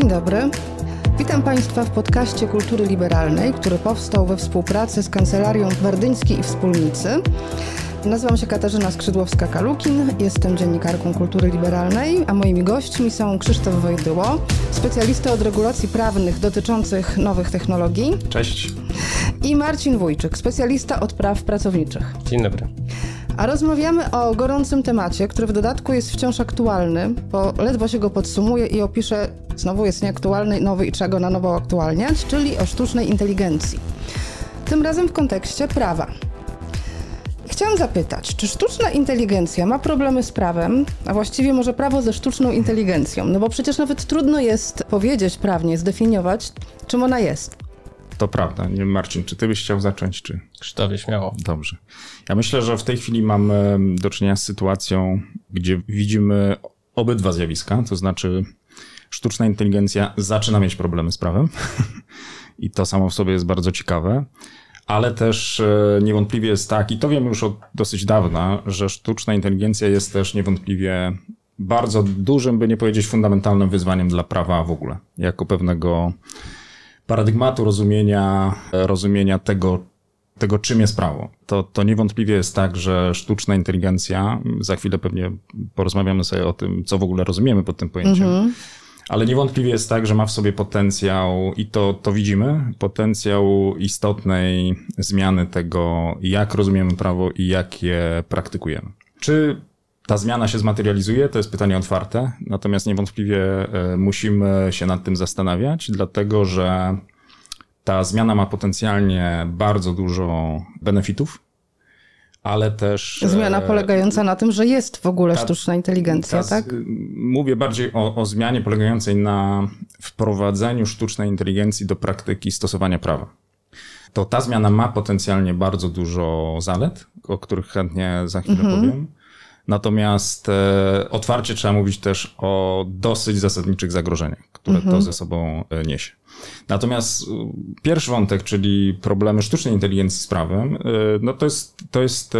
Dzień dobry. Witam Państwa w podcaście Kultury Liberalnej, który powstał we współpracy z Kancelarią Wardyński i Wspólnicy. Nazywam się Katarzyna Skrzydłowska-Kalukin, jestem dziennikarką Kultury Liberalnej, a moimi gośćmi są Krzysztof Wojdyło, specjalista od regulacji prawnych dotyczących nowych technologii. Cześć. I Marcin Wójczyk, specjalista od praw pracowniczych. Dzień dobry. A rozmawiamy o gorącym temacie, który w dodatku jest wciąż aktualny, bo ledwo się go podsumuje i opisze, znowu jest nieaktualny, nowy i trzeba go na nowo aktualniać, czyli o sztucznej inteligencji. Tym razem w kontekście prawa. Chciałam zapytać, czy sztuczna inteligencja ma problemy z prawem, a właściwie może prawo ze sztuczną inteligencją? No bo przecież nawet trudno jest powiedzieć prawnie, zdefiniować, czym ona jest. To prawda. Nie wiem, Marcin, czy ty byś chciał zacząć, czy... Krzysztofie, śmiało. Dobrze. Ja myślę, że w tej chwili mamy do czynienia z sytuacją, gdzie widzimy obydwa zjawiska, to znaczy sztuczna inteligencja zaczyna mieć problemy z prawem i to samo w sobie jest bardzo ciekawe, ale też niewątpliwie jest tak, i to wiemy już od dosyć dawna, że sztuczna inteligencja jest też niewątpliwie bardzo dużym, by nie powiedzieć fundamentalnym wyzwaniem dla prawa w ogóle, jako pewnego paradygmatu rozumienia tego, czym jest prawo. To niewątpliwie jest tak, że sztuczna inteligencja, za chwilę pewnie porozmawiamy sobie o tym, co w ogóle rozumiemy pod tym pojęciem, ale niewątpliwie jest tak, że ma w sobie potencjał, i to widzimy, potencjał istotnej zmiany tego, jak rozumiemy prawo i jak je praktykujemy. Czy ta zmiana się zmaterializuje? To jest pytanie otwarte, natomiast niewątpliwie musimy się nad tym zastanawiać, dlatego że ta zmiana ma potencjalnie bardzo dużo benefitów, ale też... Zmiana polegająca na tym, że jest w ogóle sztuczna inteligencja, tak? Mówię bardziej o zmianie polegającej na wprowadzeniu sztucznej inteligencji do praktyki stosowania prawa. To ta zmiana ma potencjalnie bardzo dużo zalet, o których chętnie za chwilę powiem. Natomiast otwarcie trzeba mówić też o dosyć zasadniczych zagrożeniach, które to ze sobą niesie. Natomiast pierwszy wątek, czyli problemy sztucznej inteligencji z prawem, no to jest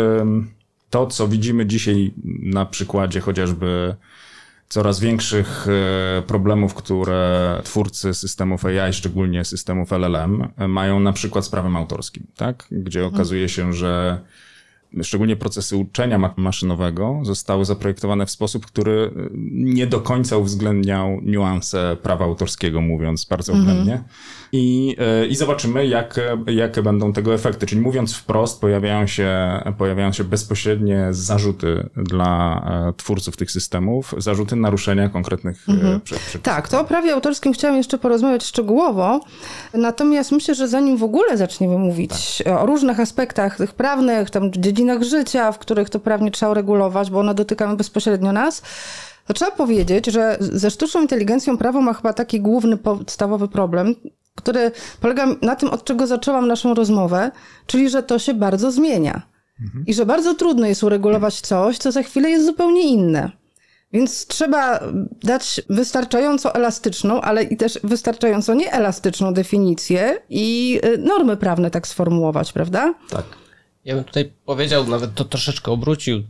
to, co widzimy dzisiaj na przykładzie chociażby coraz większych problemów, które twórcy systemów AI, szczególnie systemów LLM, mają na przykład z prawem autorskim, tak? Gdzie okazuje się, że szczególnie procesy uczenia maszynowego zostały zaprojektowane w sposób, który nie do końca uwzględniał niuanse prawa autorskiego, mówiąc bardzo oględnie. I zobaczymy, jakie będą tego efekty. Czyli mówiąc wprost, pojawiają się bezpośrednie zarzuty dla twórców tych systemów, zarzuty naruszenia konkretnych przepisów. Tak, to o prawie autorskim chciałam jeszcze porozmawiać szczegółowo, natomiast myślę, że zanim w ogóle zaczniemy mówić o różnych aspektach tych prawnych, tam dziedzinach życia, w których to prawnie trzeba uregulować, bo one dotykają bezpośrednio nas, to trzeba powiedzieć, że ze sztuczną inteligencją prawo ma chyba taki główny, podstawowy problem, który polega na tym, od czego zaczęłam naszą rozmowę, czyli że to się bardzo zmienia. I że bardzo trudno jest uregulować coś, co za chwilę jest zupełnie inne. Więc trzeba dać wystarczająco elastyczną, ale i też wystarczająco nieelastyczną definicję i normy prawne tak sformułować, prawda? Tak. Ja bym tutaj powiedział, nawet to troszeczkę obrócił.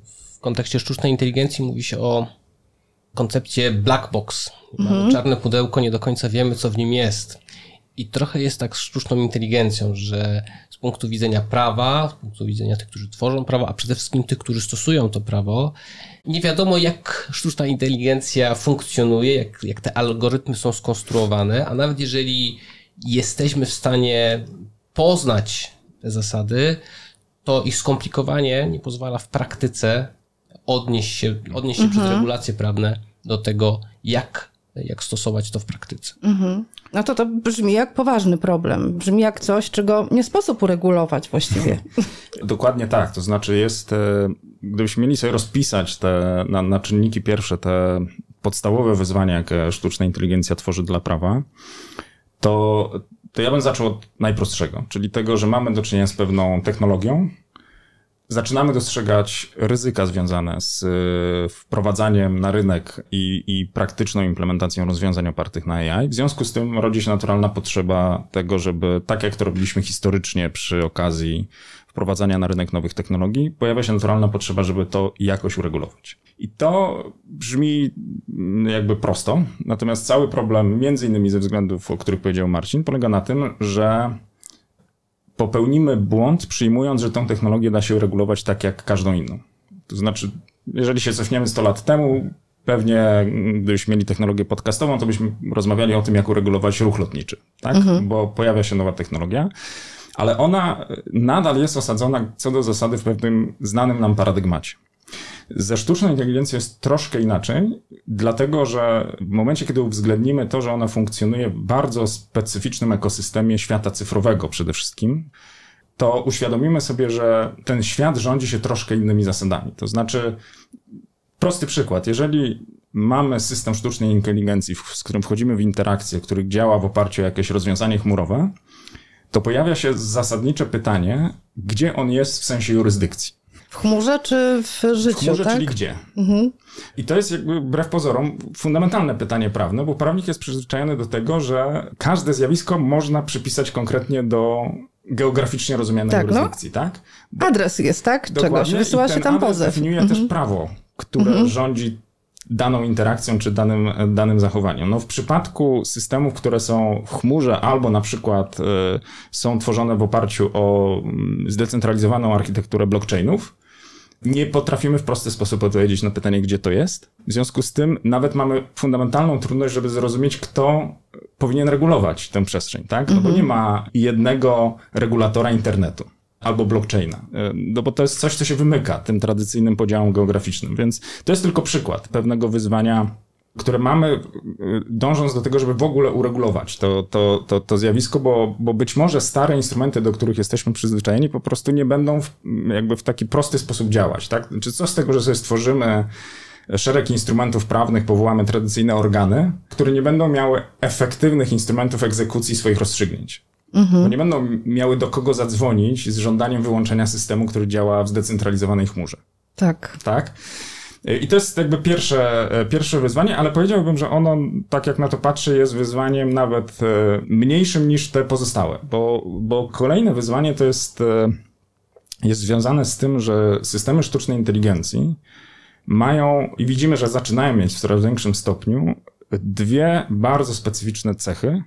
W kontekście sztucznej inteligencji mówi się o koncepcie black box. Mamy czarne pudełko, nie do końca wiemy, co w nim jest. I trochę jest tak z sztuczną inteligencją, że z punktu widzenia prawa, z punktu widzenia tych, którzy tworzą prawo, a przede wszystkim tych, którzy stosują to prawo, nie wiadomo, jak sztuczna inteligencja funkcjonuje, jak te algorytmy są skonstruowane, a nawet jeżeli jesteśmy w stanie poznać te zasady, to ich skomplikowanie nie pozwala w praktyce odnieść się przez regulacje prawne do tego, jak stosować to w praktyce. No to brzmi jak poważny problem. Brzmi jak coś, czego nie sposób uregulować właściwie. Dokładnie tak. To znaczy gdybyśmy mieli sobie rozpisać na czynniki pierwsze te podstawowe wyzwania, jakie sztuczna inteligencja tworzy dla prawa, to ja bym zaczął od najprostszego, czyli tego, że mamy do czynienia z pewną technologią. Zaczynamy dostrzegać ryzyka związane z wprowadzaniem na rynek i praktyczną implementacją rozwiązań opartych na AI. W związku z tym rodzi się naturalna potrzeba tego, żeby, tak jak to robiliśmy historycznie przy okazji wprowadzania na rynek nowych technologii, pojawia się naturalna potrzeba, żeby to jakoś uregulować. I to brzmi jakby prosto, natomiast cały problem, między innymi ze względów, o których powiedział Marcin, polega na tym, że popełnimy błąd, przyjmując, że tą technologię da się regulować tak jak każdą inną. To znaczy, jeżeli się cofniemy 100 lat temu, pewnie gdybyśmy mieli technologię podcastową, to byśmy rozmawiali o tym, jak uregulować ruch lotniczy, tak? Bo pojawia się nowa technologia, ale ona nadal jest osadzona co do zasady w pewnym znanym nam paradygmacie. Ze sztuczną inteligencją jest troszkę inaczej, dlatego że w momencie, kiedy uwzględnimy to, że ona funkcjonuje w bardzo specyficznym ekosystemie świata cyfrowego przede wszystkim, to uświadomimy sobie, że ten świat rządzi się troszkę innymi zasadami. To znaczy, prosty przykład, jeżeli mamy system sztucznej inteligencji, z którym wchodzimy w interakcję, który działa w oparciu o jakieś rozwiązanie chmurowe, to pojawia się zasadnicze pytanie, gdzie on jest w sensie jurysdykcji. W chmurze czy w życiu, W chmurze, tak? czyli gdzie? I to jest jakby wbrew pozorom fundamentalne pytanie prawne, bo prawnik jest przyzwyczajony do tego, że każde zjawisko można przypisać konkretnie do geograficznie rozumianej jurysdykcji, tak? Bo adres jest, tak? Czegoś, wysyła się tam pozew. Definiuje też prawo, które rządzi daną interakcją czy danym zachowaniem. No w przypadku systemów, które są w chmurze albo na przykład są tworzone w oparciu o zdecentralizowaną architekturę blockchainów, nie potrafimy w prosty sposób odpowiedzieć na pytanie, gdzie to jest. W związku z tym nawet mamy fundamentalną trudność, żeby zrozumieć, kto powinien regulować tę przestrzeń, tak? No bo nie ma jednego regulatora internetu albo blockchaina, no bo to jest coś, co się wymyka tym tradycyjnym podziałom geograficznym, więc to jest tylko przykład pewnego wyzwania, które mamy, dążąc do tego, żeby w ogóle uregulować to zjawisko, bo być może stare instrumenty, do których jesteśmy przyzwyczajeni, po prostu nie będą jakby w taki prosty sposób działać, tak? Znaczy, co z tego, że sobie stworzymy szereg instrumentów prawnych, powołamy tradycyjne organy, które nie będą miały efektywnych instrumentów egzekucji swoich rozstrzygnięć. Bo nie będą miały do kogo zadzwonić z żądaniem wyłączenia systemu, który działa w zdecentralizowanej chmurze. Tak. Tak? I to jest jakby pierwsze wyzwanie, ale powiedziałbym, że ono, tak jak na to patrzę, jest wyzwaniem nawet mniejszym niż te pozostałe, bo kolejne wyzwanie to jest związane z tym, że systemy sztucznej inteligencji mają, i widzimy, że zaczynają mieć w coraz większym stopniu, dwie bardzo specyficzne cechy,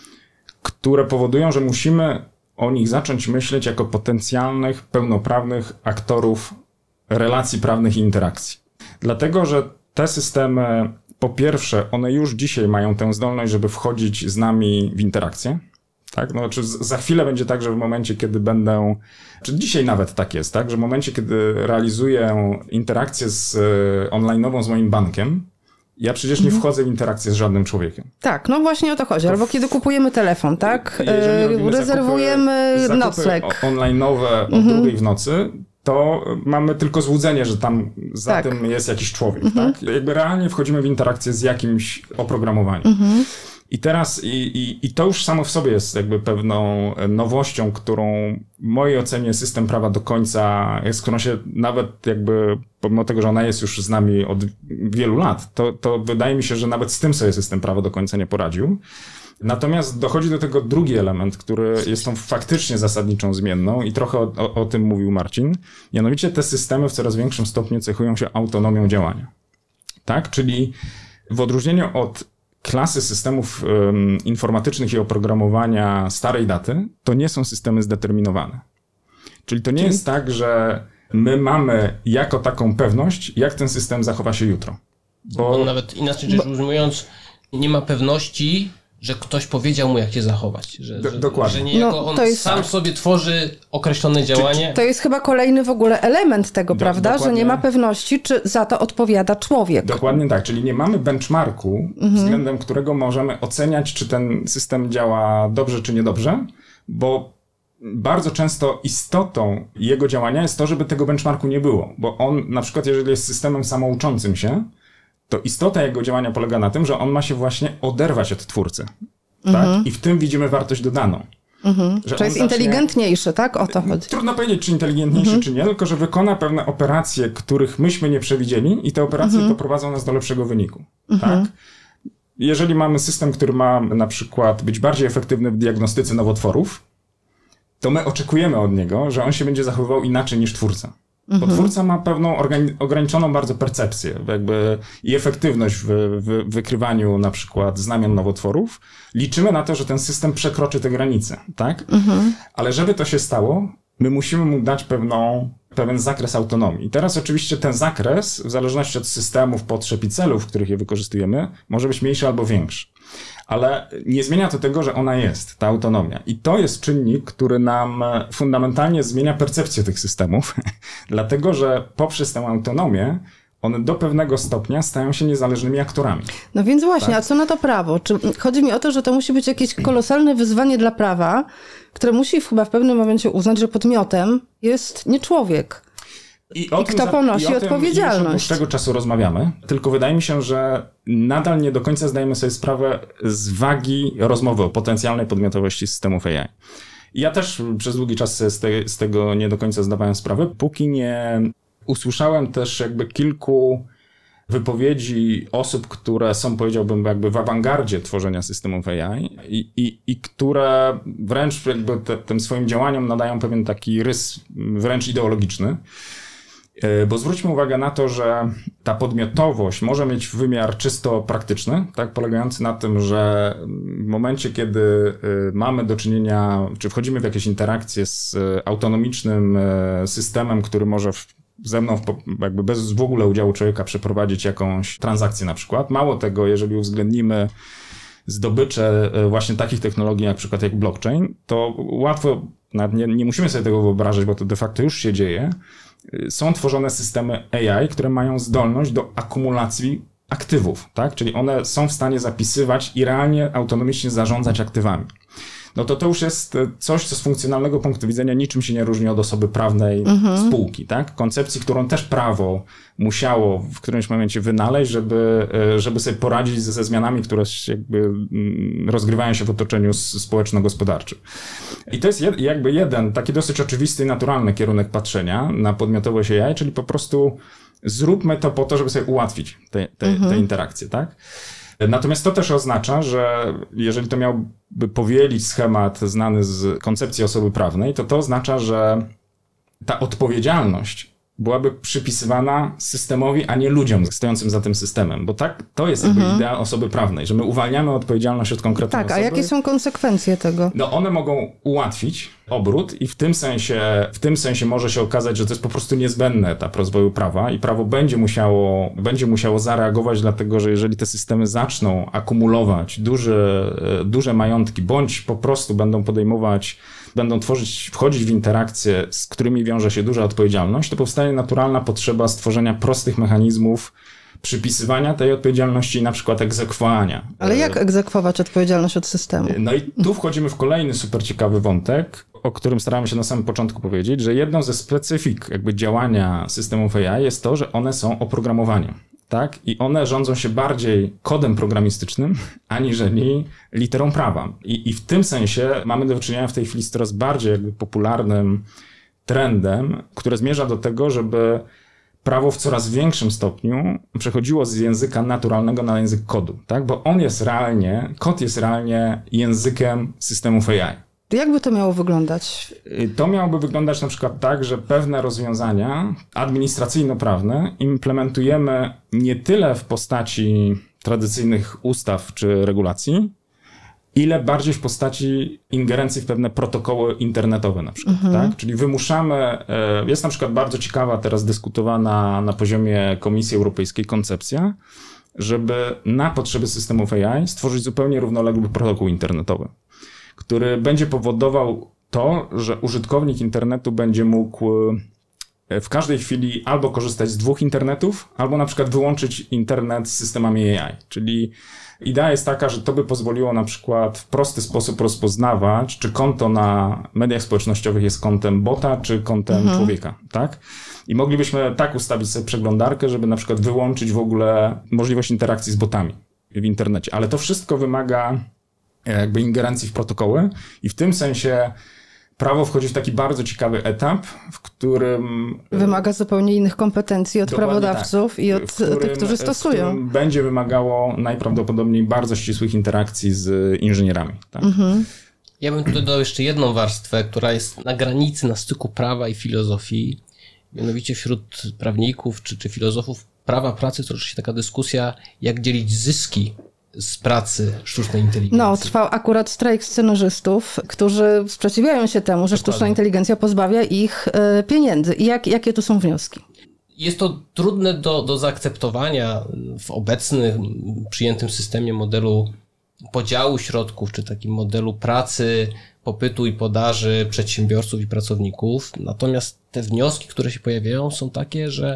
które powodują, że musimy o nich zacząć myśleć jako potencjalnych, pełnoprawnych aktorów relacji prawnych i interakcji. Dlatego, że te systemy, po pierwsze, one już dzisiaj mają tę zdolność, żeby wchodzić z nami w interakcję. Tak? No, znaczy za chwilę będzie tak, że w momencie, kiedy będę, czy dzisiaj nawet tak jest, tak? Że w momencie, kiedy realizuję interakcję online'ową z moim bankiem, ja przecież nie wchodzę w interakcję z żadnym człowiekiem. Tak, no właśnie o to chodzi. Albo kiedy kupujemy telefon, tak? Rezerwujemy nocleg online'owe o 2:00 w nocy, to mamy tylko złudzenie, że tam za tym jest jakiś człowiek, tak? Jakby realnie wchodzimy w interakcję z jakimś oprogramowaniem. I teraz, i to już samo w sobie jest jakby pewną nowością, którą w mojej ocenie system prawa do końca jest, którą się nawet jakby, pomimo tego, że ona jest już z nami od wielu lat, to wydaje mi się, że nawet z tym sobie system prawa do końca nie poradził. Natomiast dochodzi do tego drugi element, który jest tą faktycznie zasadniczą zmienną i trochę o tym mówił Marcin. Mianowicie te systemy w coraz większym stopniu cechują się autonomią działania. Tak? Czyli w odróżnieniu od klasy systemów informatycznych i oprogramowania starej daty, to nie są systemy zdeterminowane. Czyli to nie jest tak, że my mamy jako taką pewność, jak ten system zachowa się jutro. Bo nawet inaczej rzecz ujmując, nie ma pewności, że ktoś powiedział mu, jak się zachować. Dokładnie. Że niejako on sam sobie tworzy określone działanie. To jest chyba kolejny w ogóle element tego, prawda? Dokładnie. Że nie ma pewności, czy za to odpowiada człowiek. Dokładnie tak, czyli nie mamy benchmarku, względem którego możemy oceniać, czy ten system działa dobrze, czy niedobrze, bo bardzo często istotą jego działania jest to, żeby tego benchmarku nie było. Bo on, na przykład, jeżeli jest systemem samouczącym się, to istota jego działania polega na tym, że on ma się właśnie oderwać od twórcy. Tak? I w tym widzimy wartość dodaną. Że to jest inteligentniejszy, tak? O to chodzi. Trudno powiedzieć, czy inteligentniejszy, czy nie, tylko że wykona pewne operacje, których myśmy nie przewidzieli i te operacje doprowadzą nas do lepszego wyniku. Tak? Jeżeli mamy system, który ma na przykład być bardziej efektywny w diagnostyce nowotworów, to my oczekujemy od niego, że on się będzie zachowywał inaczej niż twórca. Bo twórca ma pewną ograniczoną bardzo percepcję jakby i efektywność w wykrywaniu na przykład znamion nowotworów. Liczymy na to, że ten system przekroczy te granice, tak? Ale żeby to się stało, my musimy mu dać pewien zakres autonomii. I teraz oczywiście ten zakres, w zależności od systemów, potrzeb i celów, w których je wykorzystujemy, może być mniejszy albo większy. Ale nie zmienia to tego, że ona jest, ta autonomia. I to jest czynnik, który nam fundamentalnie zmienia percepcję tych systemów, dlatego że poprzez tę autonomię one do pewnego stopnia stają się niezależnymi aktorami. No więc właśnie, tak? A co na to prawo? Czy chodzi mi o to, że to musi być jakieś kolosalne wyzwanie dla prawa, które musi chyba w pewnym momencie uznać, że podmiotem jest nie człowiek. I kto ponosi odpowiedzialność. Już od tego czasu rozmawiamy, tylko wydaje mi się, że nadal nie do końca zdajemy sobie sprawę z wagi rozmowy o potencjalnej podmiotowości systemów AI. I ja też przez długi czas z tego nie do końca zdawałem sprawę, póki nie usłyszałem też jakby kilku wypowiedzi osób, które są, powiedziałbym, jakby w awangardzie tworzenia systemów AI i które wręcz jakby tym swoim działaniom nadają pewien taki rys wręcz ideologiczny. Bo zwróćmy uwagę na to, że ta podmiotowość może mieć wymiar czysto praktyczny, tak, polegający na tym, że w momencie, kiedy mamy do czynienia, czy wchodzimy w jakieś interakcje z autonomicznym systemem, który może ze mną jakby bez w ogóle udziału człowieka przeprowadzić jakąś transakcję na przykład. Mało tego, jeżeli uwzględnimy zdobycze właśnie takich technologii, jak przykład jak blockchain, to łatwo, nawet nie musimy sobie tego wyobrażać, bo to de facto już się dzieje, są tworzone systemy AI, które mają zdolność do akumulacji aktywów, tak? Czyli one są w stanie zapisywać i realnie autonomicznie zarządzać aktywami. No to już jest coś, co z funkcjonalnego punktu widzenia niczym się nie różni od osoby prawnej spółki, tak? Koncepcji, którą też prawo musiało w którymś momencie wynaleźć, żeby sobie poradzić ze zmianami, które jakby rozgrywają się w otoczeniu społeczno-gospodarczym. I to jest jakby jeden taki dosyć oczywisty i naturalny kierunek patrzenia na podmiotowość AI, czyli po prostu zróbmy to po to, żeby sobie ułatwić te interakcje, tak? Natomiast to też oznacza, że jeżeli to miałby powielić schemat znany z koncepcji osoby prawnej, to oznacza, że ta odpowiedzialność byłaby przypisywana systemowi, a nie ludziom stojącym za tym systemem, bo tak, to jest jakby idea osoby prawnej, że my uwalniamy odpowiedzialność od konkretnej osoby. Tak, a jakie są konsekwencje tego? No one mogą ułatwić obrót i w tym sensie może się okazać, że to jest po prostu niezbędny etap rozwoju prawa i prawo będzie musiało zareagować, dlatego że jeżeli te systemy zaczną akumulować duże majątki, bądź po prostu będą wchodzić w interakcje, z którymi wiąże się duża odpowiedzialność, to powstaje naturalna potrzeba stworzenia prostych mechanizmów przypisywania tej odpowiedzialności i na przykład egzekwowania. Ale jak egzekwować odpowiedzialność od systemu? No i tu wchodzimy w kolejny super ciekawy wątek, o którym staramy się na samym początku powiedzieć, że jedną ze specyfik jakby działania systemów AI jest to, że one są oprogramowaniem. Tak? I one rządzą się bardziej kodem programistycznym, aniżeli literą prawa. I w tym sensie mamy do czynienia w tej chwili z coraz bardziej jakby popularnym trendem, które zmierza do tego, żeby prawo w coraz większym stopniu przechodziło z języka naturalnego na język kodu, tak? Bo kod jest realnie językiem systemów AI. Jak by to miało wyglądać? To miałoby wyglądać na przykład tak, że pewne rozwiązania administracyjno-prawne implementujemy nie tyle w postaci tradycyjnych ustaw czy regulacji, ile bardziej w postaci ingerencji w pewne protokoły internetowe na przykład, tak? Czyli wymuszamy, jest na przykład bardzo ciekawa teraz dyskutowana na poziomie Komisji Europejskiej koncepcja, żeby na potrzeby systemów AI stworzyć zupełnie równoległy protokół internetowy, który będzie powodował to, że użytkownik internetu będzie mógł w każdej chwili albo korzystać z dwóch internetów, albo na przykład wyłączyć internet z systemami AI. Czyli idea jest taka, że to by pozwoliło na przykład w prosty sposób rozpoznawać, czy konto na mediach społecznościowych jest kontem bota, czy kontem człowieka, tak? I moglibyśmy tak ustawić sobie przeglądarkę, żeby na przykład wyłączyć w ogóle możliwość interakcji z botami w internecie. Ale to wszystko wymaga jakby ingerencji w protokoły i w tym sensie prawo wchodzi w taki bardzo ciekawy etap, w którym... Wymaga zupełnie innych kompetencji od prawodawców i od tych, którzy stosują. W którym będzie wymagało najprawdopodobniej bardzo ścisłych interakcji z inżynierami. Tak? Ja bym tutaj dodał jeszcze jedną warstwę, która jest na granicy, na styku prawa i filozofii. Mianowicie wśród prawników czy filozofów prawa pracy toczy się taka dyskusja, jak dzielić zyski z pracy sztucznej inteligencji. No, trwał akurat strajk scenarzystów, którzy sprzeciwiają się temu, że sztuczna inteligencja pozbawia ich pieniędzy. I jakie tu są wnioski? Jest to trudne do zaakceptowania w obecnym przyjętym systemie modelu podziału środków, czy takim modelu pracy, popytu i podaży przedsiębiorców i pracowników. Natomiast te wnioski, które się pojawiają, są takie, że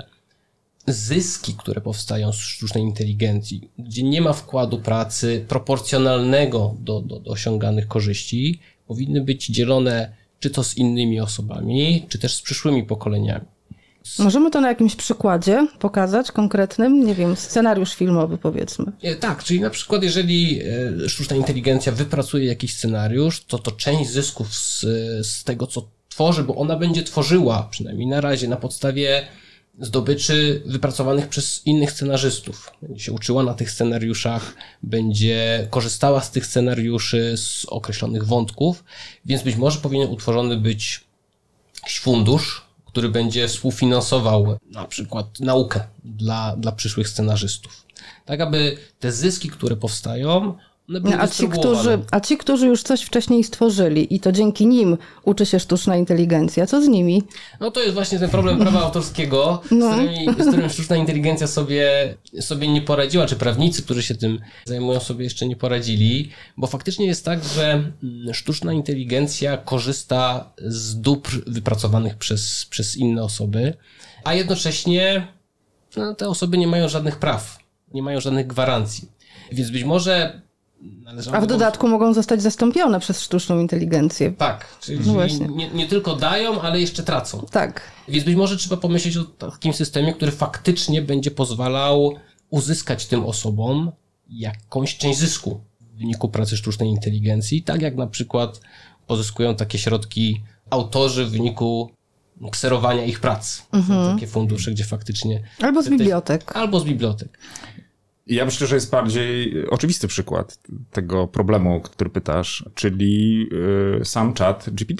zyski, które powstają z sztucznej inteligencji, gdzie nie ma wkładu pracy proporcjonalnego do osiąganych korzyści, powinny być dzielone czy to z innymi osobami, czy też z przyszłymi pokoleniami. Możemy to na jakimś przykładzie pokazać konkretnym? Nie wiem, scenariusz filmowy powiedzmy. Tak, czyli na przykład jeżeli sztuczna inteligencja wypracuje jakiś scenariusz, to część zysków z tego, co tworzy, bo ona będzie tworzyła, przynajmniej na razie, na podstawie zdobyczy wypracowanych przez innych scenarzystów. Będzie się uczyła na tych scenariuszach, będzie korzystała z tych scenariuszy, z określonych wątków, więc być może powinien utworzony być jakiś fundusz, który będzie współfinansował na przykład naukę dla przyszłych scenarzystów. Tak, aby te zyski, które powstają, one były dystrybuowane. A ci, którzy już coś wcześniej stworzyli i to dzięki nim uczy się sztuczna inteligencja, co z nimi? No to jest właśnie ten problem prawa autorskiego, z którym sztuczna inteligencja sobie nie poradziła, czy prawnicy, którzy się tym zajmują, sobie jeszcze nie poradzili, bo faktycznie jest tak, że sztuczna inteligencja korzysta z dóbr wypracowanych przez inne osoby, a jednocześnie te osoby nie mają żadnych praw, nie mają żadnych gwarancji. Więc być może a w dodatku mogą zostać zastąpione przez sztuczną inteligencję. Tak, czyli nie tylko dają, ale jeszcze tracą. Tak. Więc być może trzeba pomyśleć o takim systemie, który faktycznie będzie pozwalał uzyskać tym osobom jakąś część zysku w wyniku pracy sztucznej inteligencji, tak jak na przykład pozyskują takie środki autorzy w wyniku kserowania ich prac. Takie fundusze, gdzie faktycznie... Albo z bibliotek. Albo z bibliotek. Ja myślę, że jest bardziej oczywisty przykład tego problemu, o który pytasz, czyli sam czat GPT.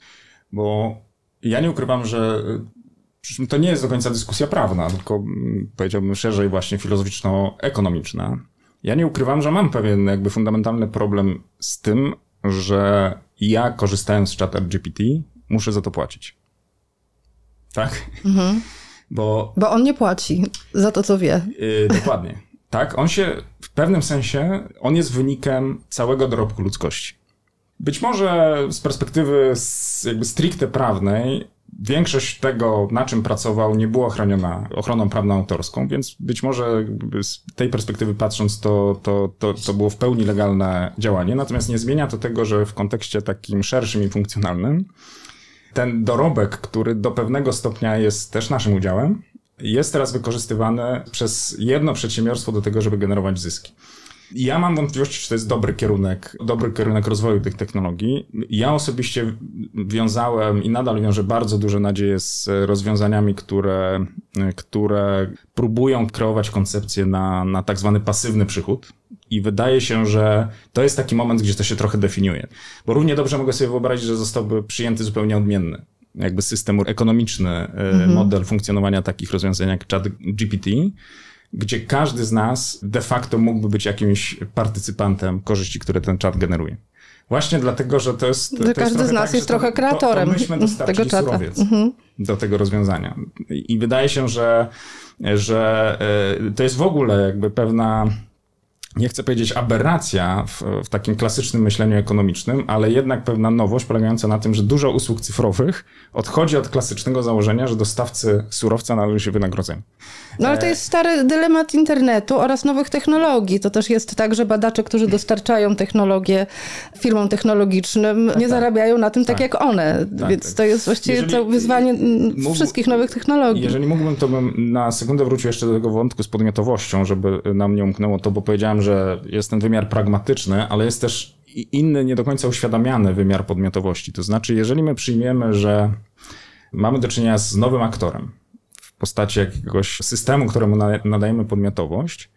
Bo ja nie ukrywam, że to nie jest do końca dyskusja prawna, tylko powiedziałbym szerzej właśnie filozoficzno-ekonomiczna. Ja nie ukrywam, że mam pewien jakby fundamentalny problem z tym, że ja korzystając z czata GPT muszę za to płacić. Tak? Mhm. Bo on nie płaci za to, co wie. Dokładnie. Tak, on się w pewnym sensie, on jest wynikiem całego dorobku ludzkości. Być może z perspektywy jakby stricte prawnej większość tego, na czym pracował, nie była chroniona ochroną prawną autorską, więc być może z tej perspektywy patrząc to było w pełni legalne działanie. Natomiast nie zmienia to tego, że w kontekście takim szerszym i funkcjonalnym ten dorobek, który do pewnego stopnia jest też naszym udziałem, jest teraz wykorzystywany przez jedno przedsiębiorstwo do tego, żeby generować zyski. Ja mam wątpliwości, czy to jest dobry kierunek rozwoju tych technologii. Ja osobiście wiązałem i nadal wiążę bardzo duże nadzieje z rozwiązaniami, które próbują kreować koncepcję na tak zwany pasywny przychód. I wydaje się, że to jest taki moment, gdzie to się trochę definiuje. Bo równie dobrze mogę sobie wyobrazić, że zostałby przyjęty zupełnie odmienny jakby system ekonomiczny, model funkcjonowania takich rozwiązań jak ChatGPT, gdzie każdy z nas de facto mógłby być jakimś partycypantem korzyści, które ten czat generuje. Właśnie dlatego, że to jest... Że każdy z nas jest trochę kreatorem myśmy dostarczyli surowiec do tego rozwiązania. I wydaje się, że to jest w ogóle jakby pewna... Nie chcę powiedzieć aberracja w takim klasycznym myśleniu ekonomicznym, ale jednak pewna nowość polegająca na tym, że dużo usług cyfrowych odchodzi od klasycznego założenia, że dostawcy surowca należy się wynagrodzenie. No ale to jest stary dylemat internetu oraz nowych technologii. To też jest tak, że badacze, którzy dostarczają technologię firmom technologicznym, nie zarabiają na tym tak jak one. Więc to jest właściwie to wyzwanie wszystkich nowych technologii. Jeżeli mógłbym, to bym na sekundę wrócił jeszcze do tego wątku z podmiotowością, żeby nam nie umknęło to, bo powiedziałem, że jest ten wymiar pragmatyczny, ale jest też inny, nie do końca uświadamiany wymiar podmiotowości. To znaczy, jeżeli my przyjmiemy, że mamy do czynienia z nowym aktorem w postaci jakiegoś systemu, któremu nadajemy podmiotowość,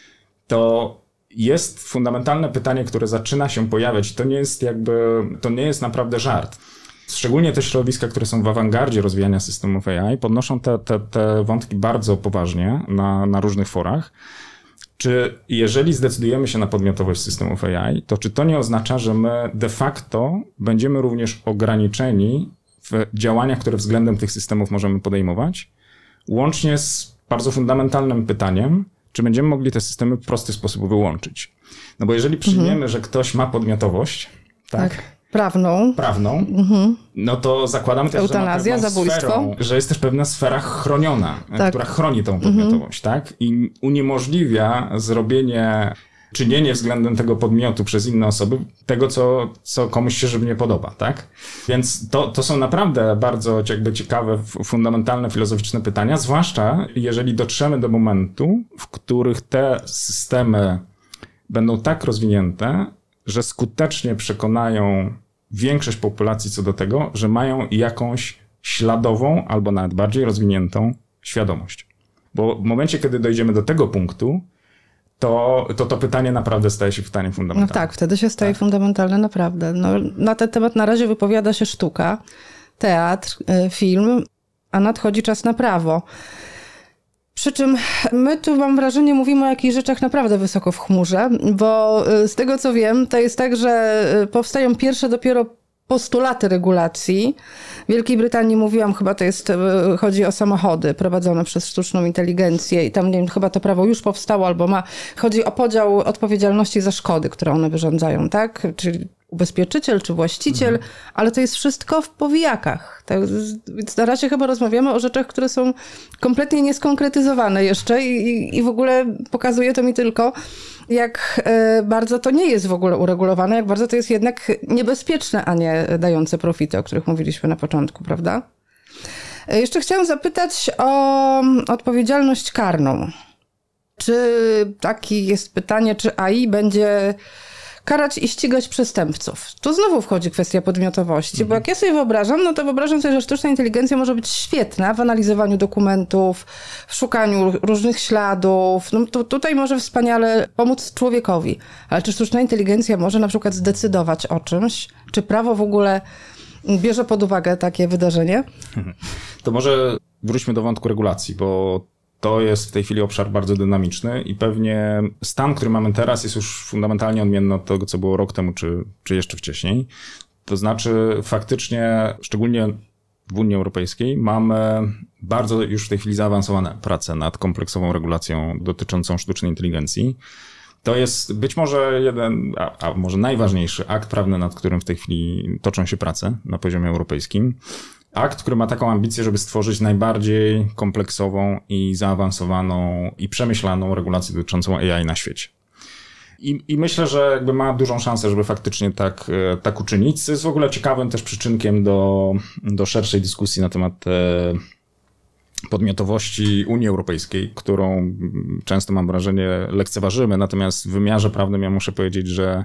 to jest fundamentalne pytanie, które zaczyna się pojawiać. To nie jest naprawdę żart. Szczególnie te środowiska, które są w awangardzie rozwijania systemów AI, podnoszą te wątki bardzo poważnie na różnych forach. Czy jeżeli zdecydujemy się na podmiotowość systemów AI, to czy to nie oznacza, że my de facto będziemy również ograniczeni w działaniach, które względem tych systemów możemy podejmować, łącznie z bardzo fundamentalnym pytaniem, czy będziemy mogli te systemy w prosty sposób wyłączyć. No bo jeżeli przyjmiemy, że ktoś ma podmiotowość, tak? Prawną, no to zakładamy też, eutanazja, że, zabójstwo. że jest też pewna sfera chroniona, która chroni tą podmiotowość, tak? I uniemożliwia czynienie względem tego podmiotu przez inne osoby tego, co komuś się żywnie podoba, tak? Więc to są naprawdę bardzo ciekawe, fundamentalne, filozoficzne pytania, zwłaszcza jeżeli dotrzemy do momentu, w których te systemy będą tak rozwinięte, że skutecznie przekonają większość populacji co do tego, że mają jakąś śladową albo nawet bardziej rozwiniętą świadomość. Bo w momencie, kiedy dojdziemy do tego punktu, to pytanie naprawdę staje się pytaniem fundamentalnym. No tak, wtedy się staje fundamentalne naprawdę. No, na ten temat na razie wypowiada się sztuka, teatr, film, a nadchodzi czas na prawo. Przy czym my tu, mam wrażenie, mówimy o jakichś rzeczach naprawdę wysoko w chmurze, bo z tego co wiem, to jest tak, że powstają pierwsze dopiero postulaty regulacji. W Wielkiej Brytanii mówiłam, chyba chodzi o samochody prowadzone przez sztuczną inteligencję i tam, nie wiem, chyba to prawo już powstało albo chodzi o podział odpowiedzialności za szkody, które one wyrządzają, tak? Czyli ubezpieczyciel czy właściciel, ale to jest wszystko w powijakach. Tak? Więc na razie chyba rozmawiamy o rzeczach, które są kompletnie nieskonkretyzowane jeszcze i w ogóle pokazuje to mi tylko, jak bardzo to nie jest w ogóle uregulowane, jak bardzo to jest jednak niebezpieczne, a nie dające profity, o których mówiliśmy na początku, prawda? Jeszcze chciałam zapytać o odpowiedzialność karną. Czy takie jest pytanie, czy AI będzie karać i ścigać przestępców? Tu znowu wchodzi kwestia podmiotowości, bo jak ja sobie wyobrażam, no to wyobrażam sobie, że sztuczna inteligencja może być świetna w analizowaniu dokumentów, w szukaniu różnych śladów. No to tutaj może wspaniale pomóc człowiekowi. Ale czy sztuczna inteligencja może na przykład zdecydować o czymś? Czy prawo w ogóle bierze pod uwagę takie wydarzenie? To może wróćmy do wątku regulacji, bo to jest w tej chwili obszar bardzo dynamiczny i pewnie stan, który mamy teraz, jest już fundamentalnie odmienny od tego, co było rok temu, czy jeszcze wcześniej. To znaczy faktycznie, szczególnie w Unii Europejskiej, mamy bardzo już w tej chwili zaawansowane prace nad kompleksową regulacją dotyczącą sztucznej inteligencji. To jest być może jeden, a może najważniejszy akt prawny, nad którym w tej chwili toczą się prace na poziomie europejskim. Akt, który ma taką ambicję, żeby stworzyć najbardziej kompleksową i zaawansowaną i przemyślaną regulację dotyczącą AI na świecie. I myślę, że jakby ma dużą szansę, żeby faktycznie tak uczynić. Co jest w ogóle ciekawym też przyczynkiem do szerszej dyskusji na temat podmiotowości Unii Europejskiej, którą często, mam wrażenie, lekceważymy. Natomiast w wymiarze prawnym ja muszę powiedzieć, że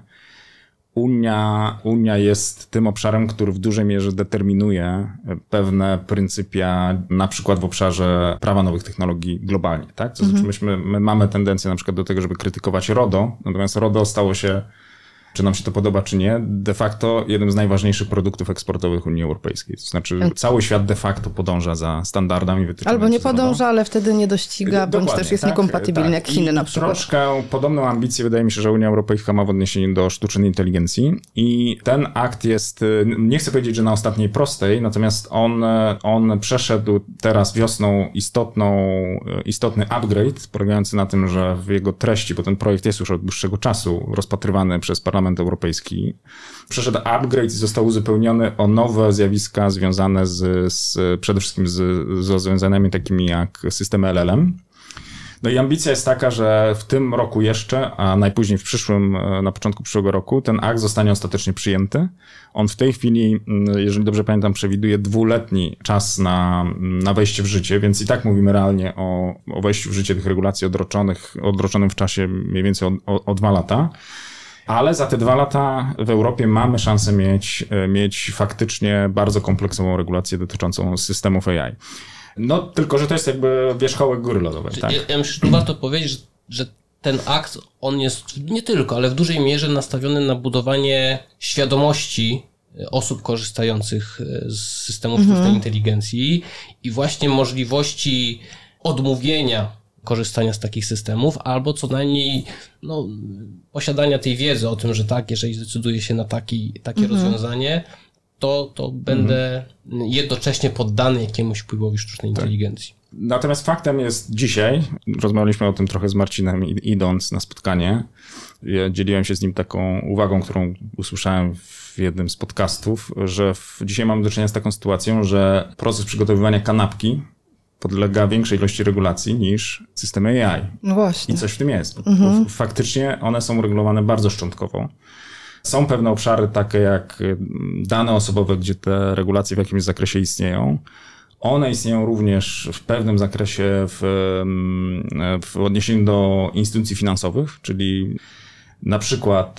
Unia jest tym obszarem, który w dużej mierze determinuje pewne pryncypia, na przykład w obszarze prawa nowych technologii globalnie, tak? To znaczy my mamy tendencję na przykład do tego, żeby krytykować RODO, natomiast RODO stało się, czy nam się to podoba, czy nie, de facto jednym z najważniejszych produktów eksportowych Unii Europejskiej. To znaczy cały świat de facto podąża za standardami wytyczonymi. Albo nie podąża, ale wtedy nie dościga, bądź też jest niekompatybilny, jak Chiny na przykład. Troszkę podobną ambicję wydaje mi się, że Unia Europejska ma w odniesieniu do sztucznej inteligencji i ten akt jest, nie chcę powiedzieć, że na ostatniej prostej, natomiast on przeszedł teraz wiosną istotny upgrade, polegający na tym, że w jego treści, bo ten projekt jest już od dłuższego czasu rozpatrywany przez Parlament Europejski, przeszedł upgrade i został uzupełniony o nowe zjawiska związane przede wszystkim z rozwiązaniami takimi jak systemy LLM. No i ambicja jest taka, że w tym roku jeszcze, a najpóźniej na początku przyszłego roku, ten akt zostanie ostatecznie przyjęty. On w tej chwili, jeżeli dobrze pamiętam, przewiduje 2-letni czas na wejście w życie, więc i tak mówimy realnie o wejściu w życie tych regulacji odroczonym w czasie mniej więcej o 2 lata. Ale za te 2 lata w Europie mamy szansę mieć faktycznie bardzo kompleksową regulację dotyczącą systemów AI. No, tylko że to jest jakby wierzchołek góry lodowej. Tak? Ja myślę, że tu warto powiedzieć, że ten akt, on jest nie tylko, ale w dużej mierze nastawiony na budowanie świadomości osób korzystających z systemów sztucznej inteligencji i właśnie możliwości odmówienia korzystania z takich systemów, albo co najmniej posiadania tej wiedzy o tym, że tak, jeżeli zdecyduje się na takie rozwiązanie, to będę jednocześnie poddany jakiemuś wpływowi sztucznej inteligencji. Natomiast faktem jest dzisiaj, rozmawialiśmy o tym trochę z Marcinem idąc na spotkanie, ja dzieliłem się z nim taką uwagą, którą usłyszałem w jednym z podcastów, że dzisiaj mamy do czynienia z taką sytuacją, że proces przygotowywania kanapki podlega większej ilości regulacji niż systemy AI. No właśnie. I coś w tym jest. Bo faktycznie one są uregulowane bardzo szczątkowo. Są pewne obszary takie jak dane osobowe, gdzie te regulacje w jakimś zakresie istnieją. One istnieją również w pewnym zakresie w odniesieniu do instytucji finansowych, czyli na przykład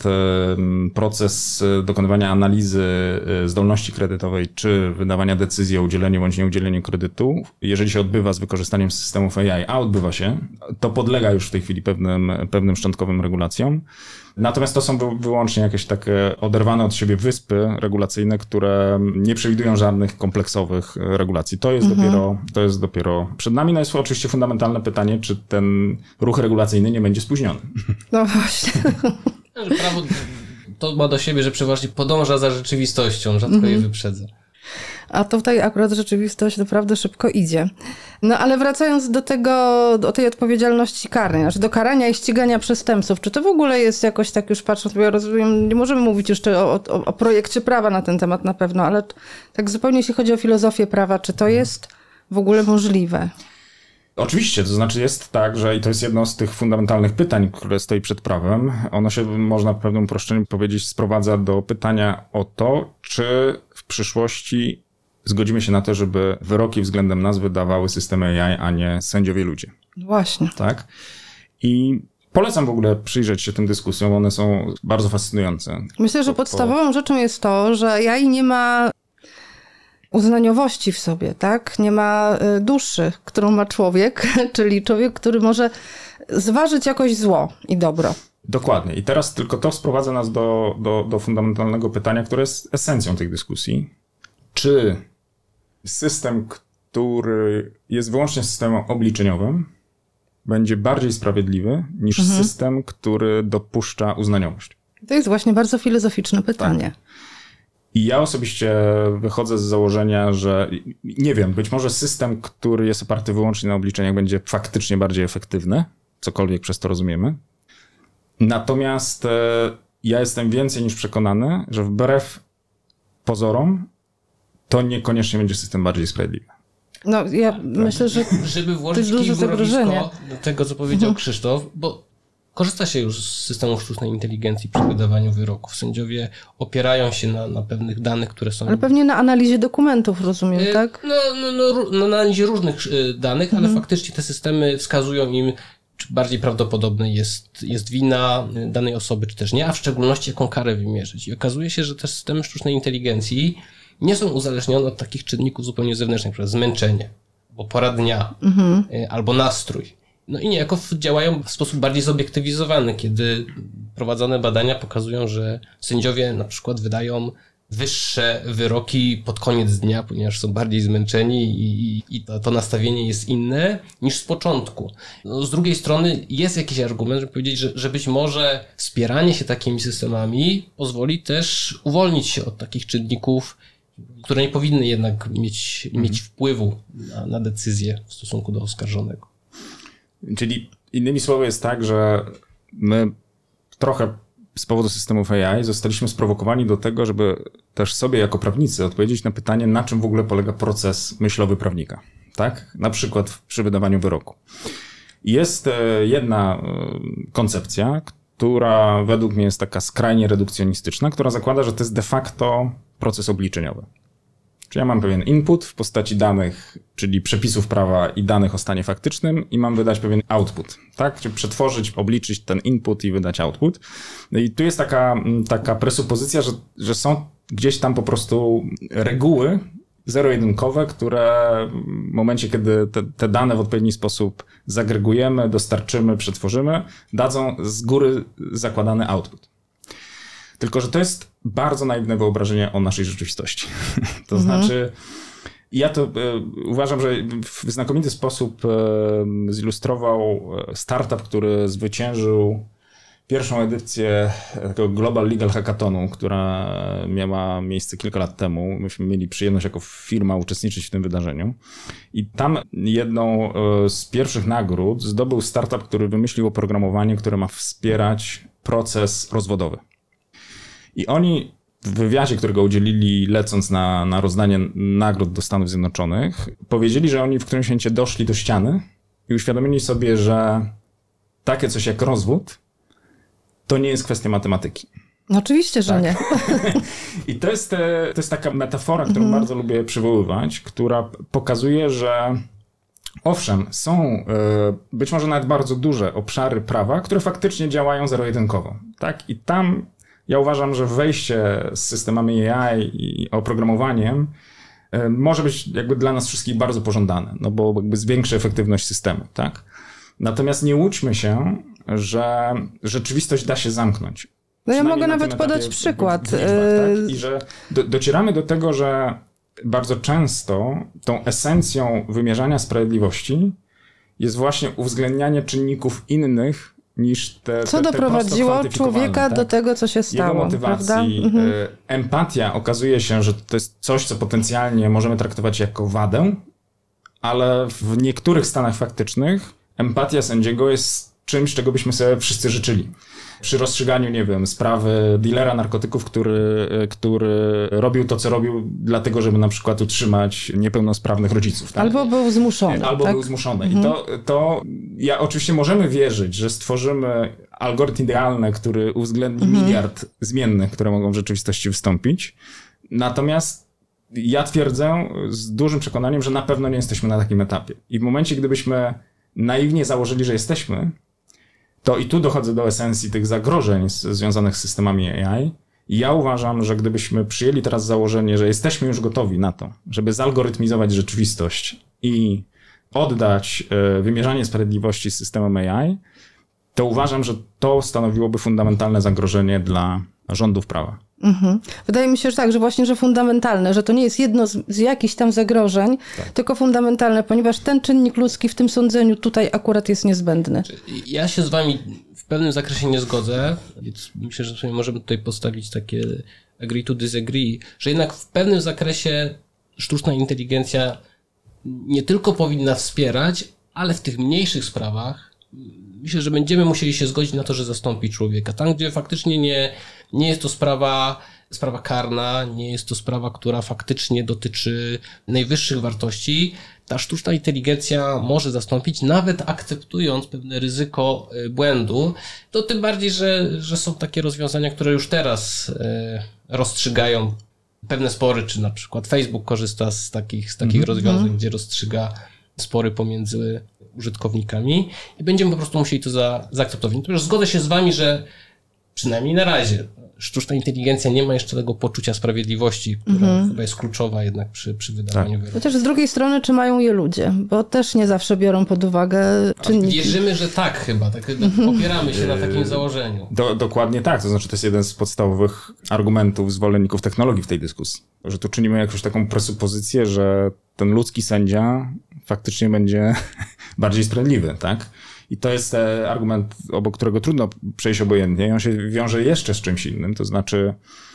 proces dokonywania analizy zdolności kredytowej czy wydawania decyzji o udzieleniu bądź nieudzieleniu kredytu, jeżeli się odbywa z wykorzystaniem systemów AI, a odbywa się, to podlega już w tej chwili pewnym szczątkowym regulacjom. Natomiast to są wyłącznie jakieś takie oderwane od siebie wyspy regulacyjne, które nie przewidują żadnych kompleksowych regulacji. To jest dopiero przed nami. No jest oczywiście fundamentalne pytanie, czy ten ruch regulacyjny nie będzie spóźniony. No właśnie. Prawo to ma do siebie, że przeważnie podąża za rzeczywistością, rzadko je wyprzedza. A tutaj akurat rzeczywistość naprawdę szybko idzie. No ale wracając do tej odpowiedzialności karnej, znaczy do karania i ścigania przestępców, czy to w ogóle jest jakoś tak już patrząc, bo ja rozumiem, nie możemy mówić jeszcze o projekcie prawa na ten temat na pewno, ale tak zupełnie jeśli chodzi o filozofię prawa, czy to jest w ogóle możliwe? Oczywiście, to znaczy jest tak, że i to jest jedno z tych fundamentalnych pytań, które stoi przed prawem. Ono się, można w pewnym uproszczeniu powiedzieć, sprowadza do pytania o to, czy w przyszłości zgodzimy się na to, żeby wyroki względem nas wydawały systemy AI, a nie sędziowie ludzie. Właśnie. Tak? I polecam w ogóle przyjrzeć się tym dyskusjom, one są bardzo fascynujące. Myślę, że podstawową rzeczą jest to, że AI nie ma uznaniowości w sobie, tak? Nie ma duszy, którą ma człowiek, czyli człowiek, który może zważyć jakoś zło i dobro. Dokładnie. I teraz tylko to sprowadza nas do fundamentalnego pytania, które jest esencją tej dyskusji. Czy system, który jest wyłącznie systemem obliczeniowym, będzie bardziej sprawiedliwy niż system, który dopuszcza uznaniowość? To jest właśnie bardzo filozoficzne pytanie. Tak. I ja osobiście wychodzę z założenia, że nie wiem, być może system, który jest oparty wyłącznie na obliczeniach, będzie faktycznie bardziej efektywny, cokolwiek przez to rozumiemy. Natomiast ja jestem więcej niż przekonany, że wbrew pozorom to niekoniecznie będzie system bardziej sprawiedliwy. No ja myślę, że żeby włożyć duże zagrożenie do tego, co powiedział Krzysztof, bo korzysta się już z systemów sztucznej inteligencji przy wydawaniu wyroków. Sędziowie opierają się na pewnych danych, które są... Ale pewnie na analizie dokumentów, rozumiem, tak? Na analizie różnych danych, ale faktycznie te systemy wskazują im, czy bardziej prawdopodobne jest wina danej osoby, czy też nie, a w szczególności jaką karę wymierzyć. I okazuje się, że te systemy sztucznej inteligencji nie są uzależnione od takich czynników zupełnie zewnętrznych, np. zmęczenie, albo pora dnia, albo nastrój. No i niejako działają w sposób bardziej zobiektywizowany, kiedy prowadzone badania pokazują, że sędziowie na przykład wydają wyższe wyroki pod koniec dnia, ponieważ są bardziej zmęczeni i to nastawienie jest inne niż z początku. No, z drugiej strony jest jakiś argument, żeby powiedzieć, że być może wspieranie się takimi systemami pozwoli też uwolnić się od takich czynników, które nie powinny jednak mieć wpływu na decyzję w stosunku do oskarżonego. Czyli innymi słowy jest tak, że my trochę z powodu systemów AI zostaliśmy sprowokowani do tego, żeby też sobie jako prawnicy odpowiedzieć na pytanie, na czym w ogóle polega proces myślowy prawnika. Tak? Na przykład przy wydawaniu wyroku. Jest jedna koncepcja, która według mnie jest taka skrajnie redukcjonistyczna, która zakłada, że to jest de facto proces obliczeniowy. Czyli ja mam pewien input w postaci danych, czyli przepisów prawa i danych o stanie faktycznym i mam wydać pewien output, tak? Czyli przetworzyć, obliczyć ten input i wydać output. No i tu jest taka presupozycja, że są gdzieś tam po prostu reguły zero-jedynkowe, które w momencie, kiedy te dane w odpowiedni sposób zagregujemy, dostarczymy, przetworzymy, dadzą z góry zakładany output. Tylko że to jest bardzo naiwne wyobrażenie o naszej rzeczywistości. To znaczy, ja to uważam, że w znakomity sposób zilustrował startup, który zwyciężył pierwszą edycję takiego Global Legal Hackathonu, która miała miejsce kilka lat temu. Myśmy mieli przyjemność jako firma uczestniczyć w tym wydarzeniu. I tam jedną z pierwszych nagród zdobył startup, który wymyślił oprogramowanie, które ma wspierać proces rozwodowy. I oni w wywiadzie, którego udzielili lecąc na rozdanie nagród do Stanów Zjednoczonych, powiedzieli, że oni w którymś momencie doszli do ściany i uświadomili sobie, że takie coś jak rozwód to nie jest kwestia matematyki. No oczywiście, że nie. I to jest taka metafora, którą bardzo lubię przywoływać, która pokazuje, że owszem, są być może nawet bardzo duże obszary prawa, które faktycznie działają zero-jedynkowo. Tak? I tam ja uważam, że wejście z systemami AI i oprogramowaniem może być jakby dla nas wszystkich bardzo pożądane, no bo jakby zwiększy efektywność systemu, tak? Natomiast nie łudźmy się, że rzeczywistość da się zamknąć. No ja mogę nawet podać przykład. Tak? I że docieramy do tego, że bardzo często tą esencją wymierzania sprawiedliwości jest właśnie uwzględnianie czynników innych niż te co doprowadziło człowieka do tego, co się stało. Jego motywacji, empatia okazuje się, że to jest coś, co potencjalnie możemy traktować jako wadę, ale w niektórych stanach faktycznych empatia sędziego jest czymś, czego byśmy sobie wszyscy życzyli. Przy rozstrzyganiu, nie wiem, sprawy dealera narkotyków, który robił to, co robił, dlatego, żeby na przykład utrzymać niepełnosprawnych rodziców. Tak? Albo był zmuszony. Albo był zmuszony. I to ja oczywiście możemy wierzyć, że stworzymy algorytm idealny, który uwzględni miliard zmiennych, które mogą w rzeczywistości wystąpić. Natomiast ja twierdzę z dużym przekonaniem, że na pewno nie jesteśmy na takim etapie. I w momencie, gdybyśmy naiwnie założyli, że jesteśmy, to i tu dochodzę do esencji tych zagrożeń związanych z systemami AI. I ja uważam, że gdybyśmy przyjęli teraz założenie, że jesteśmy już gotowi na to, żeby zalgorytmizować rzeczywistość i oddać wymierzanie sprawiedliwości systemom AI, to uważam, że to stanowiłoby fundamentalne zagrożenie dla rządów prawa. Wydaje mi się, że tak, że właśnie, że fundamentalne, że to nie jest jedno z jakichś tam zagrożeń, tylko fundamentalne, ponieważ ten czynnik ludzki w tym sądzeniu tutaj akurat jest niezbędny. Ja się z wami w pewnym zakresie nie zgodzę, więc myślę, że sobie możemy tutaj postawić takie agree to disagree, że jednak w pewnym zakresie sztuczna inteligencja nie tylko powinna wspierać, ale w tych mniejszych sprawach myślę, że będziemy musieli się zgodzić na to, że zastąpi człowieka. Tam, gdzie faktycznie nie jest to sprawa karna, nie jest to sprawa, która faktycznie dotyczy najwyższych wartości, ta sztuczna inteligencja może zastąpić, nawet akceptując pewne ryzyko błędu. To tym bardziej, że są takie rozwiązania, które już teraz rozstrzygają pewne spory, czy na przykład Facebook korzysta z takich rozwiązań, gdzie rozstrzyga spory pomiędzy użytkownikami i będziemy po prostu musieli to zaakceptować. Natomiast zgodzę się z wami, że przynajmniej na razie sztuczna inteligencja nie ma jeszcze tego poczucia sprawiedliwości, która chyba jest kluczowa jednak przy wydawaniu wyroków. Chociaż z drugiej strony, czy mają je ludzie? Bo też nie zawsze biorą pod uwagę czynniki. Wierzymy, że tak chyba. Opieramy się na takim założeniu. Dokładnie tak. To znaczy, to jest jeden z podstawowych argumentów zwolenników technologii w tej dyskusji. Że tu czynimy jakąś taką presupozycję, że ten ludzki sędzia faktycznie będzie bardziej sprawiedliwy, tak? I to jest argument, obok którego trudno przejść obojętnie. I on się wiąże jeszcze z czymś innym, to znaczy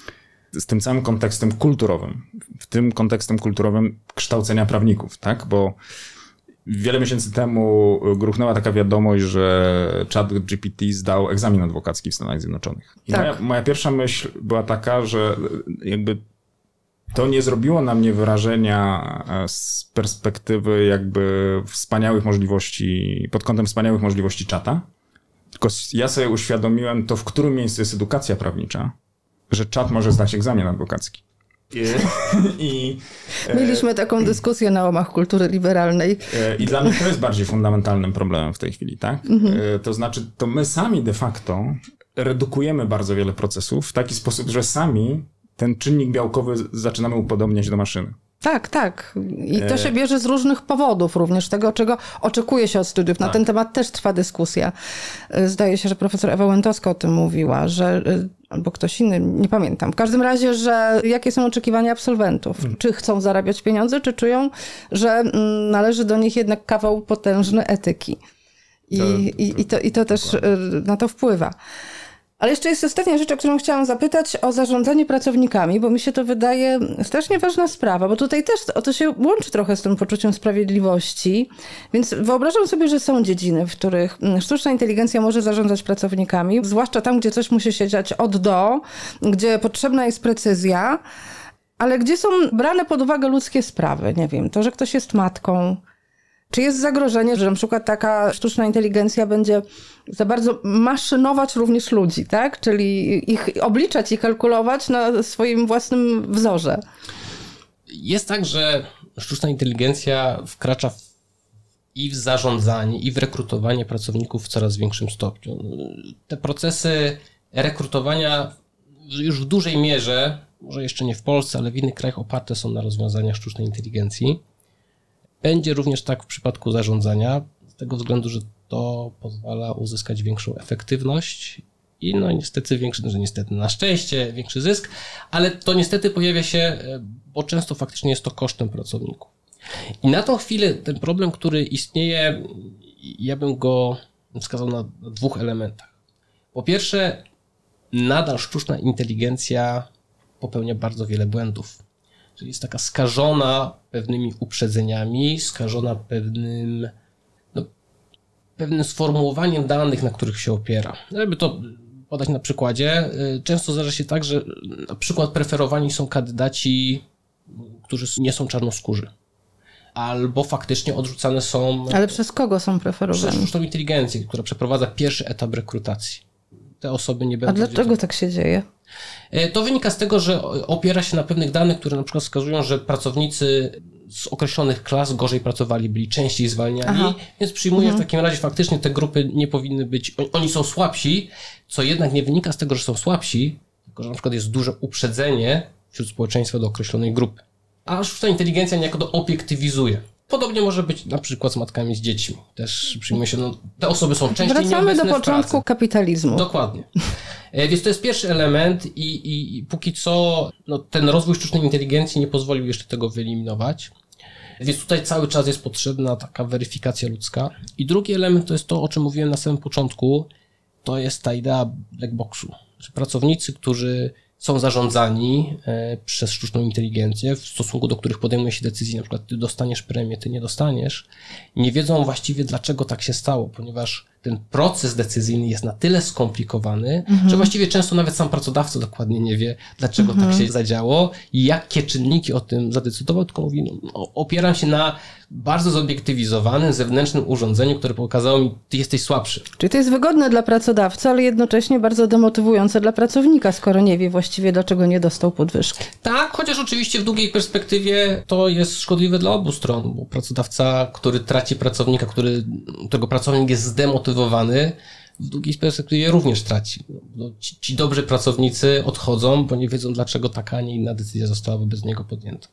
z tym całym kontekstem kulturowym. W tym kontekstem kulturowym kształcenia prawników, tak? Bo wiele miesięcy temu gruchnęła taka wiadomość, że ChatGPT zdał egzamin adwokacki w Stanach Zjednoczonych. I moja pierwsza myśl była taka, że jakby to nie zrobiło na mnie wrażenia z perspektywy jakby wspaniałych możliwości, pod kątem wspaniałych możliwości czata. Tylko ja sobie uświadomiłem to, w którym miejscu jest edukacja prawnicza, że czat może zdać egzamin adwokacki. Mieliśmy taką dyskusję na łamach kultury liberalnej. I dla mnie to jest bardziej fundamentalnym problemem w tej chwili, tak? To znaczy, to my sami de facto redukujemy bardzo wiele procesów w taki sposób, że sami ten czynnik białkowy zaczynamy upodobniać do maszyny. Tak. I to się bierze z różnych powodów, również tego, czego oczekuje się od studiów. Na ten temat też trwa dyskusja. Zdaje się, że profesor Ewa Łętowska o tym mówiła, że albo ktoś inny, nie pamiętam. W każdym razie, że jakie są oczekiwania absolwentów? Czy chcą zarabiać pieniądze, czy czują, że należy do nich jednak kawał potężny etyki. I to też na to wpływa. Ale jeszcze jest ostatnia rzecz, o którą chciałam zapytać, o zarządzanie pracownikami, bo mi się to wydaje strasznie ważna sprawa, bo tutaj też to się łączy trochę z tym poczuciem sprawiedliwości. Więc wyobrażam sobie, że są dziedziny, w których sztuczna inteligencja może zarządzać pracownikami, zwłaszcza tam, gdzie coś musi się dziać od do, gdzie potrzebna jest precyzja, ale gdzie są brane pod uwagę ludzkie sprawy. Nie wiem, to, że ktoś jest matką. Czy jest zagrożenie, że na przykład taka sztuczna inteligencja będzie za bardzo maszynować również ludzi, tak? Czyli ich obliczać i kalkulować na swoim własnym wzorze? Jest tak, że sztuczna inteligencja wkracza i w zarządzanie, i w rekrutowanie pracowników w coraz większym stopniu. Te procesy rekrutowania już w dużej mierze, może jeszcze nie w Polsce, ale w innych krajach oparte są na rozwiązaniach sztucznej inteligencji. Będzie również tak w przypadku zarządzania, z tego względu, że to pozwala uzyskać większą efektywność i na szczęście większy zysk, ale to niestety pojawia się, bo często faktycznie jest to kosztem pracowników. I na tą chwilę ten problem, który istnieje, ja bym go wskazał na dwóch elementach. Po pierwsze, nadal sztuczna inteligencja popełnia bardzo wiele błędów. Czyli jest taka skażona pewnymi uprzedzeniami, skażona pewnym sformułowaniem danych, na których się opiera. Żeby to podać na przykładzie, często zdarza się tak, że na przykład preferowani są kandydaci, którzy nie są czarnoskórzy. Albo faktycznie odrzucane są... Ale przez kogo są preferowani? Przez sztuczną inteligencję, która przeprowadza pierwszy etap rekrutacji. Te osoby nie będą... A dlaczego tak się dzieje? To wynika z tego, że opiera się na pewnych danych, które na przykład wskazują, że pracownicy z określonych klas gorzej pracowali, byli częściej zwalniani, więc przyjmuję w takim razie faktycznie te grupy nie powinny być, oni są słabsi, co jednak nie wynika z tego, że są słabsi, tylko że na przykład jest duże uprzedzenie wśród społeczeństwa do określonej grupy. A sztuczna inteligencja niejako to obiektywizuje. Podobnie może być na przykład z matkami z dziećmi. Też przyjmuje się, te osoby są częściej nieobecne w pracy. Wracamy do początku kapitalizmu. Dokładnie. Więc to jest pierwszy element i póki co ten rozwój sztucznej inteligencji nie pozwolił jeszcze tego wyeliminować. Więc tutaj cały czas jest potrzebna taka weryfikacja ludzka. I drugi element to jest to, o czym mówiłem na samym początku, to jest ta idea black boxu. Że pracownicy, którzy są zarządzani przez sztuczną inteligencję, w stosunku do których podejmuje się decyzji, na przykład ty dostaniesz premię, ty nie dostaniesz, nie wiedzą właściwie dlaczego tak się stało, ponieważ ten proces decyzyjny jest na tyle skomplikowany, że właściwie często nawet sam pracodawca dokładnie nie wie, dlaczego tak się zadziało i jakie czynniki o tym zadecydował, tylko mówi, opieram się na bardzo zobiektywizowanym, zewnętrznym urządzeniu, które pokazało mi, ty jesteś słabszy. Czyli to jest wygodne dla pracodawcy, ale jednocześnie bardzo demotywujące dla pracownika, skoro nie wie właściwie, dlaczego nie dostał podwyżki. Tak, chociaż oczywiście w długiej perspektywie to jest szkodliwe dla obu stron, bo pracodawca, który traci pracownika, którego pracownik jest zdemotywowany, w długiej perspektywie również traci. Ci dobrzy pracownicy odchodzą, bo nie wiedzą, dlaczego taka, a nie inna decyzja została wobec niego podjęta.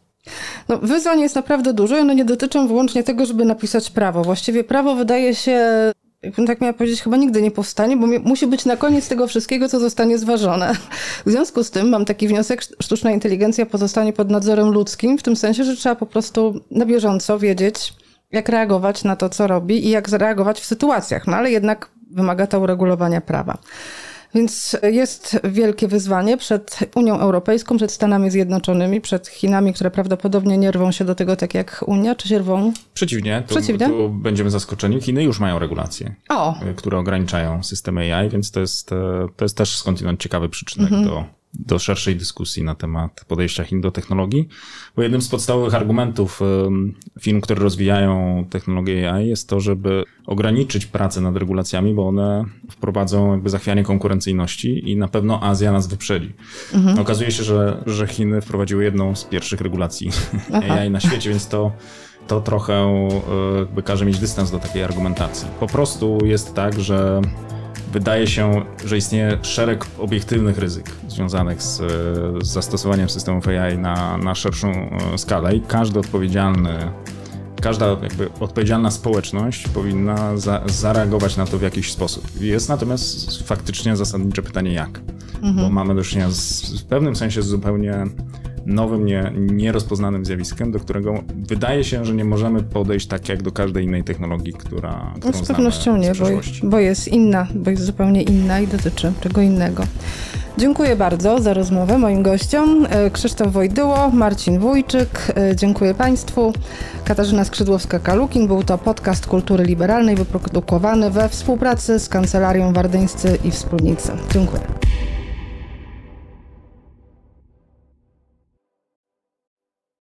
Wyzwań jest naprawdę dużo i one nie dotyczą wyłącznie tego, żeby napisać prawo. Właściwie prawo wydaje się, jakbym tak miała powiedzieć, chyba nigdy nie powstanie, bo musi być na koniec tego wszystkiego, co zostanie zważone. W związku z tym mam taki wniosek, sztuczna inteligencja pozostanie pod nadzorem ludzkim, w tym sensie, że trzeba po prostu na bieżąco wiedzieć, jak reagować na to, co robi i jak zareagować w sytuacjach. Ale jednak wymaga to uregulowania prawa. Więc jest wielkie wyzwanie przed Unią Europejską, przed Stanami Zjednoczonymi, przed Chinami, które prawdopodobnie nie rwą się do tego tak jak Unia, czy się rwą? Przeciwnie, tu będziemy zaskoczeni. Chiny już mają regulacje, które ograniczają system AI, więc to jest też skądinąd ciekawy przyczynek do szerszej dyskusji na temat podejścia Chin do technologii, bo jednym z podstawowych argumentów firm, które rozwijają technologię AI jest to, żeby ograniczyć pracę nad regulacjami, bo one wprowadzą jakby zachwianie konkurencyjności i na pewno Azja nas wyprzedzi. Okazuje się, że Chiny wprowadziły jedną z pierwszych regulacji AI na świecie, więc to trochę jakby każe mieć dystans do takiej argumentacji. Po prostu jest tak, że wydaje się, że istnieje szereg obiektywnych ryzyk związanych z zastosowaniem systemów AI na szerszą skalę i każda jakby odpowiedzialna społeczność powinna zareagować na to w jakiś sposób. Jest natomiast faktycznie zasadnicze pytanie jak, bo mamy do czynienia w pewnym sensie z zupełnie nowym, nierozpoznanym zjawiskiem, do którego wydaje się, że nie możemy podejść tak jak do każdej innej technologii, którą z pewnością nie, bo jest zupełnie inna i dotyczy czego innego. Dziękuję bardzo za rozmowę moim gościom. Krzysztof Wojdyło, Marcin Wójczyk. Dziękuję Państwu. Katarzyna Skrzydłowska-Kalukin. Był to podcast Kultury Liberalnej wyprodukowany we współpracy z Kancelarią Wardyńscy i Wspólnicy. Dziękuję.